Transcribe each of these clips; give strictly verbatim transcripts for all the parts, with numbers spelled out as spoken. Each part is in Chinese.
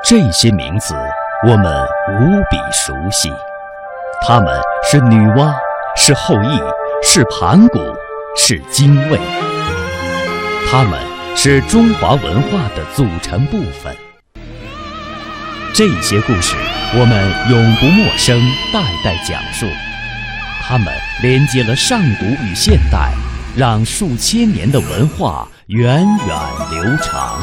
这些名字我们无比熟悉，他们是女娲，是后羿，是盘古，是精卫，他们是中华文化的组成部分。这些故事我们永不陌生，代代讲述，他们连接了上古与现代，让数千年的文化源远流长。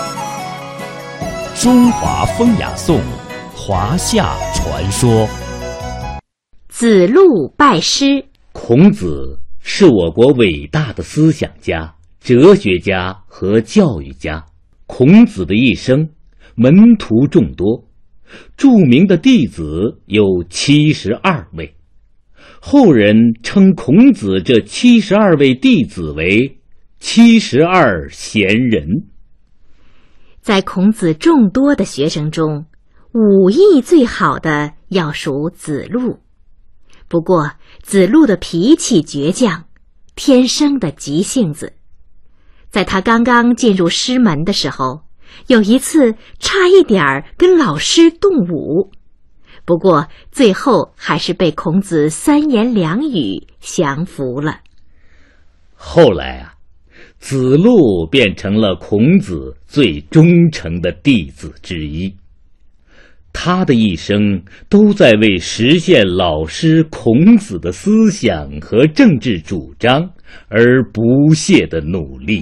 中华风雅颂，华夏传说。 子路拜师。 孔子是我国伟大的思想家、哲学家和教育家。孔子的一生门徒众多，著名的弟子有七十二位。后人称孔子这七十二位弟子为七十二贤人。 在孔子众多的学生中，武艺最好的要数子路。不过子路的脾气倔强，天生的急性子。在他刚刚进入师门的时候，有一次差一点儿跟老师动武，不过最后还是被孔子三言两语降服了。 后来啊，子路变成了孔子最忠诚的弟子之一。他的一生都在为实现老师孔子的思想和政治主张而不懈地努力。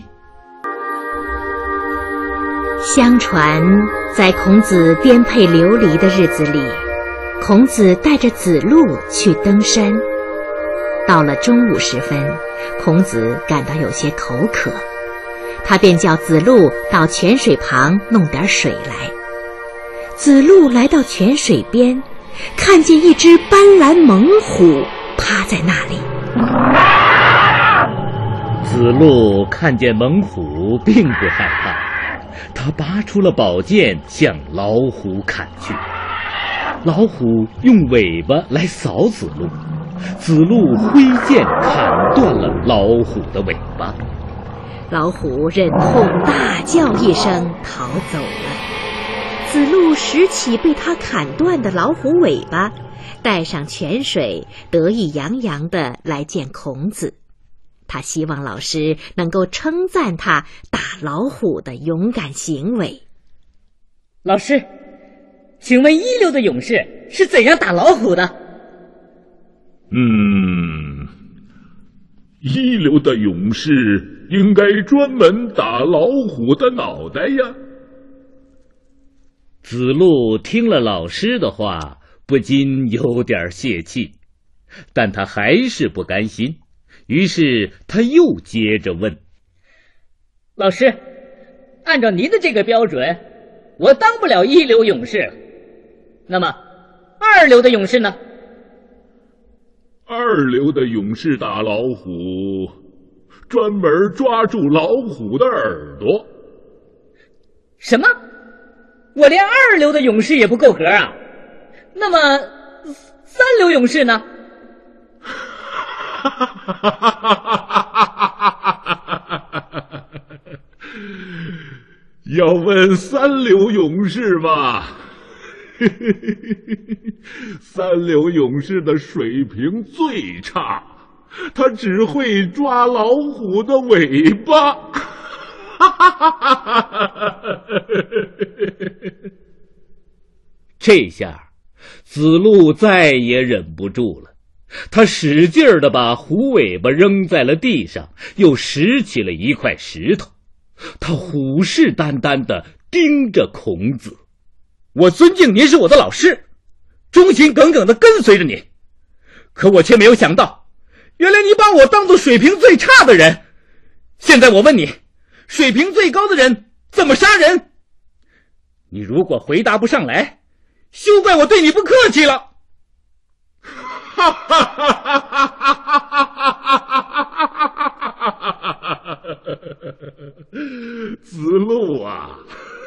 相传，在孔子颠沛流离的日子里，孔子带着子路去登山。到了中午时分，孔子感到有些口渴，他便叫子路到泉水旁弄点水来。子路来到泉水边，看见一只斑斓猛虎趴在那里。 子路看见猛虎并不害怕，他拔出了宝剑向老虎砍去。老虎用尾巴来扫子路，子路挥剑砍断了老虎的尾巴。 老虎忍痛大叫一声逃走了。子路拾起被他砍断的老虎尾巴，带上泉水，得意洋洋地来见孔子。他希望老师能够称赞他打老虎的勇敢行为。 老师，请问一流的勇士是怎样打老虎的？ 嗯，一流的勇士应该专门打老虎的脑袋呀。 子路听了老师的话，不禁有点泄气，但他还是不甘心，于是他又接着问： 老师，按照您的这个标准，我当不了一流勇士，那么二流的勇士呢？ 二流的勇士打老虎，专门抓住老虎的耳朵。 什么？我连二流的勇士也不够格啊！那么三流勇士呢？ 要问三流勇士吗？三流勇士的水平最差，他只会抓老虎的尾巴。 这下子路再也忍不住了，他使劲地把虎尾巴扔在了地上，又拾起了一块石头。他虎视眈眈地盯着孔子。 我尊敬您是我的老师，忠心耿耿地跟随着您，可我却没有想到，原来你把我当作水平最差的人。现在我问你，水平最高的人怎么杀人？你如果回答不上来，休怪我对你不客气了。 哈哈哈哈哈！子路啊，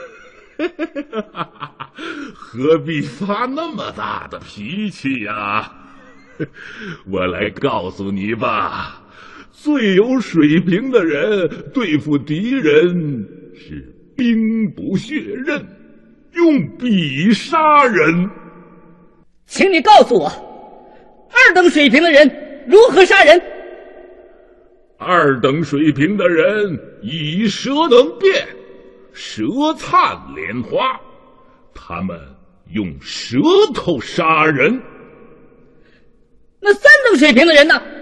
何必发那么大的脾气呀？我来告诉你吧，最有水平的人对付敌人是兵不血刃， 用笔杀人。 请你告诉我，二等水平的人如何杀人？ 二等水平的人以舌能辩，舌灿莲花，他们用舌头杀人。 那三等水平的人呢？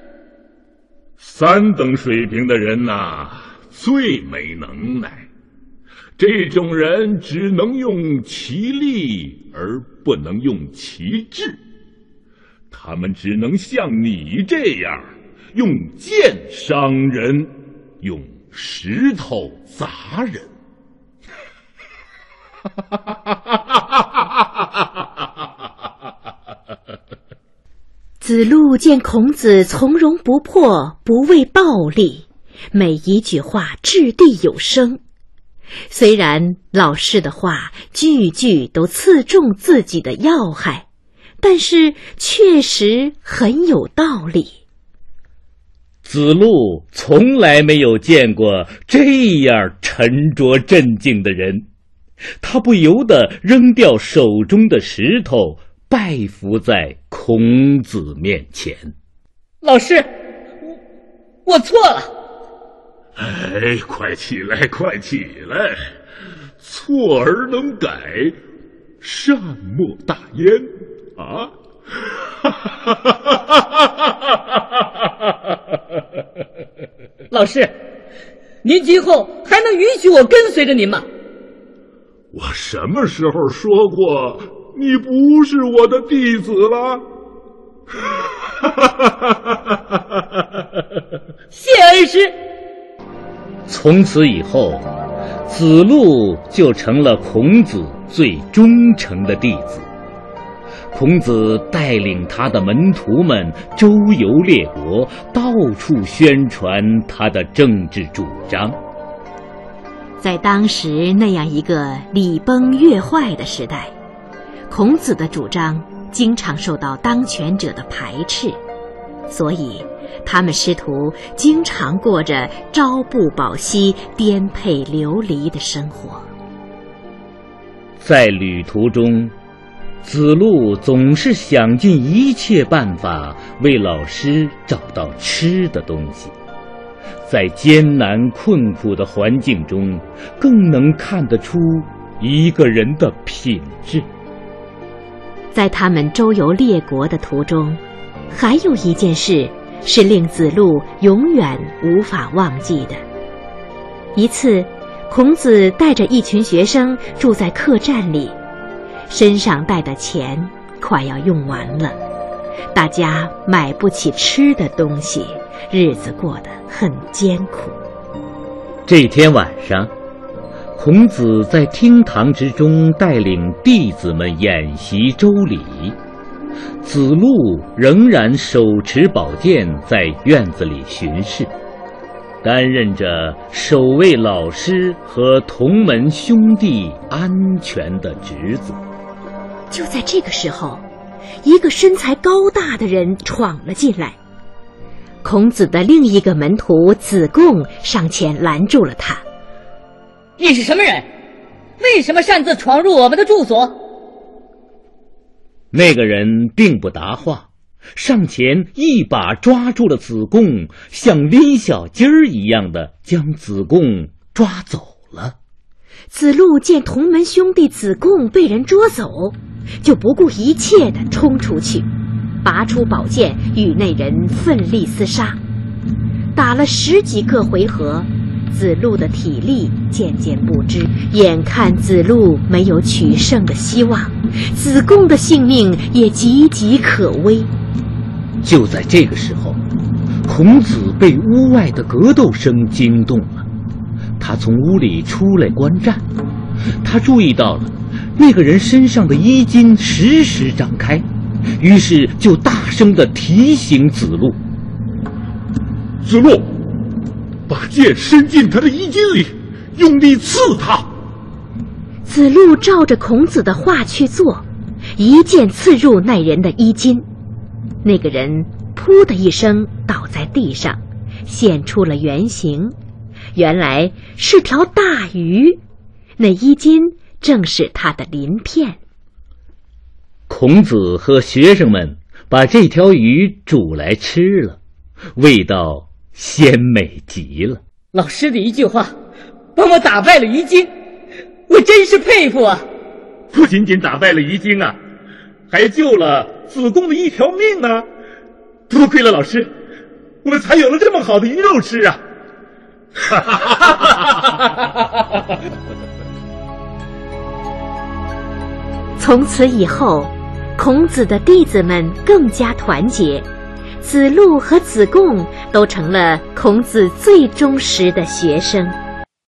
三等水平的人呐，最没能耐。这种人只能用其力，而不能用其智。他们只能像你这样，用剑伤人，用石头砸人。 子路见孔子从容不迫，不畏暴力，每一句话掷地有声。虽然老师的话句句都刺中自己的要害，但是确实很有道理。 子路从来没有见过这样沉着镇静的人，他不由得扔掉手中的石头，拜伏在孔子面前。 老师，我我错了。 哎，快起来，快起来！错而能改，善莫大焉啊！ 老师，您今后还能允许我跟随着您吗？ 我什么时候说过你不是我的弟子了？ 谢恩师。 从此以后，子路就成了孔子最忠诚的弟子。孔子带领他的门徒们周游列国，到处宣传他的政治主张。 在当时那样一个礼崩乐坏的时代，孔子的主张经常受到当权者的排斥，所以他们师徒经常过着朝不保夕、颠沛流离的生活。 在旅途中，子路总是想尽一切办法为老师找到吃的东西。在艰难困苦的环境中，更能看得出一个人的品质。 在他们周游列国的途中，还有一件事是令子路永远无法忘记的。一次，孔子带着一群学生住在客栈里，身上带的钱快要用完了，大家买不起吃的东西，日子过得很艰苦。 这天晚上，孔子在厅堂之中带领弟子们演习周礼，子路仍然手持宝剑在院子里巡视，担任着守卫老师和同门兄弟安全的职责。 就在这个时候，一个身材高大的人闯了进来。孔子的另一个门徒子贡上前拦住了他。 你是什么人？为什么擅自闯入我们的住所？ 那个人并不答话，上前一把抓住了子贡，像拎小鸡儿一样的将子贡抓走了。 子路见同门兄弟子贡被人捉走，就不顾一切地冲出去，拔出宝剑与那人奋力厮杀。打了十几个回合，子路的体力渐渐不支，眼看子路没有取胜的希望，子贡的性命也岌岌可危。 就在这个时候，孔子被屋外的格斗声惊动了。他从屋里出来观战，他注意到了那个人身上的衣襟时时张开，于是就大声地提醒子路： 子路，把剑伸进他的衣襟里，用力刺他。 子路照着孔子的话去做，一剑刺入那人的衣襟，那个人噗的一声倒在地上，现出了原形，原来是条大鱼，那衣襟正是他的鳞片。 孔子和学生们把这条鱼煮来吃了，味道鲜美极了。 老师的一句话，帮我打败了鱼精，我真是佩服啊！ 不仅仅打败了鱼精啊，还救了子贡的一条命啊！多亏了老师，我们才有了这么好的鱼肉吃啊！ 从此以后，孔子的弟子们更加团结，子路和子贡都成了孔子最忠实的学生。